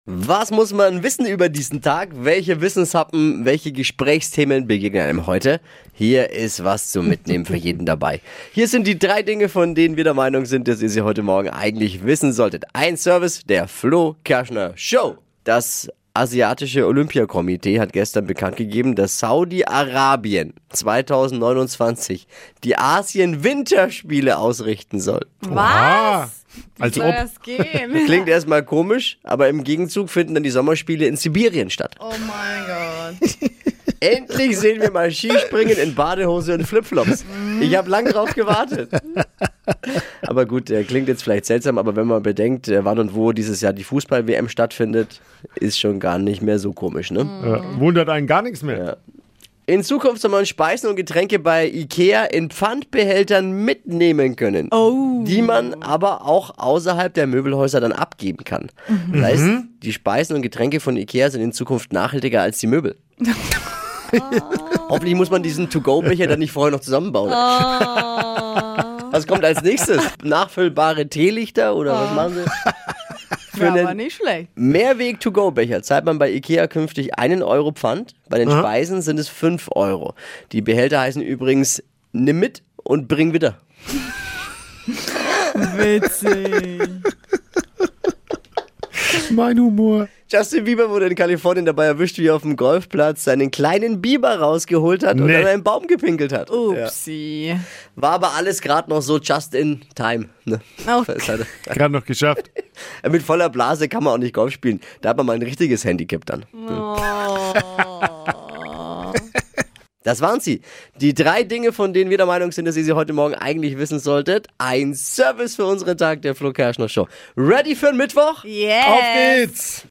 Was muss man wissen über diesen Tag? Welche Wissenshappen, welche Gesprächsthemen begegnen einem heute? Hier ist was zum Mitnehmen für jeden dabei. Hier sind die 3 Dinge, von denen wir der Meinung sind, dass ihr sie heute Morgen eigentlich wissen solltet. Ein Service der Flo Kerschner Show. Das Asiatische Olympiakomitee hat gestern bekannt gegeben, dass Saudi-Arabien 2029 die Asien-Winterspiele ausrichten soll. Was? Als Wie soll ob. das gehen? Klingt erstmal komisch, aber im Gegenzug finden dann die Sommerspiele in Sibirien statt. Oh mein Gott. Endlich sehen wir mal Skispringen in Badehose und Flipflops. Ich habe lang drauf gewartet. Aber gut, klingt jetzt vielleicht seltsam, aber wenn man bedenkt, wann und wo dieses Jahr die Fußball-WM stattfindet, ist schon gar nicht mehr so komisch, ne? Wundert einen gar nichts mehr. Ja. In Zukunft soll man Speisen und Getränke bei Ikea in Pfandbehältern mitnehmen können, die man aber auch außerhalb der Möbelhäuser dann abgeben kann. Das heißt, die Speisen und Getränke von Ikea sind in Zukunft nachhaltiger als die Möbel. Hoffentlich muss man diesen To-Go-Becher dann nicht vorher noch zusammenbauen. Was kommt als nächstes? Nachfüllbare Teelichter oder was machen sie? Für Ja, aber einen nicht schlecht. Mehrweg-To-Go-Becher zahlt man bei Ikea künftig 1 Euro Pfand. Bei den Speisen sind es 5 Euro. Die Behälter heißen übrigens nimm mit und bring wieder. Witzig. Mein Humor. Justin Bieber wurde in Kalifornien dabei erwischt, wie er auf dem Golfplatz seinen kleinen Biber rausgeholt hat und Nee. an einen Baum gepinkelt hat. Ja. Upsi. War aber alles gerade noch so just in time. Ne? Okay. Ist halt- Gerade noch geschafft. Mit voller Blase kann man auch nicht Golf spielen. Da hat man mal ein richtiges Handicap dann. Das waren sie. Die 3 Dinge, von denen wir der Meinung sind, dass ihr sie heute Morgen eigentlich wissen solltet. Ein Service für unseren Tag der Flo Kerschner Show. Ready für den Mittwoch? Yes. Auf geht's!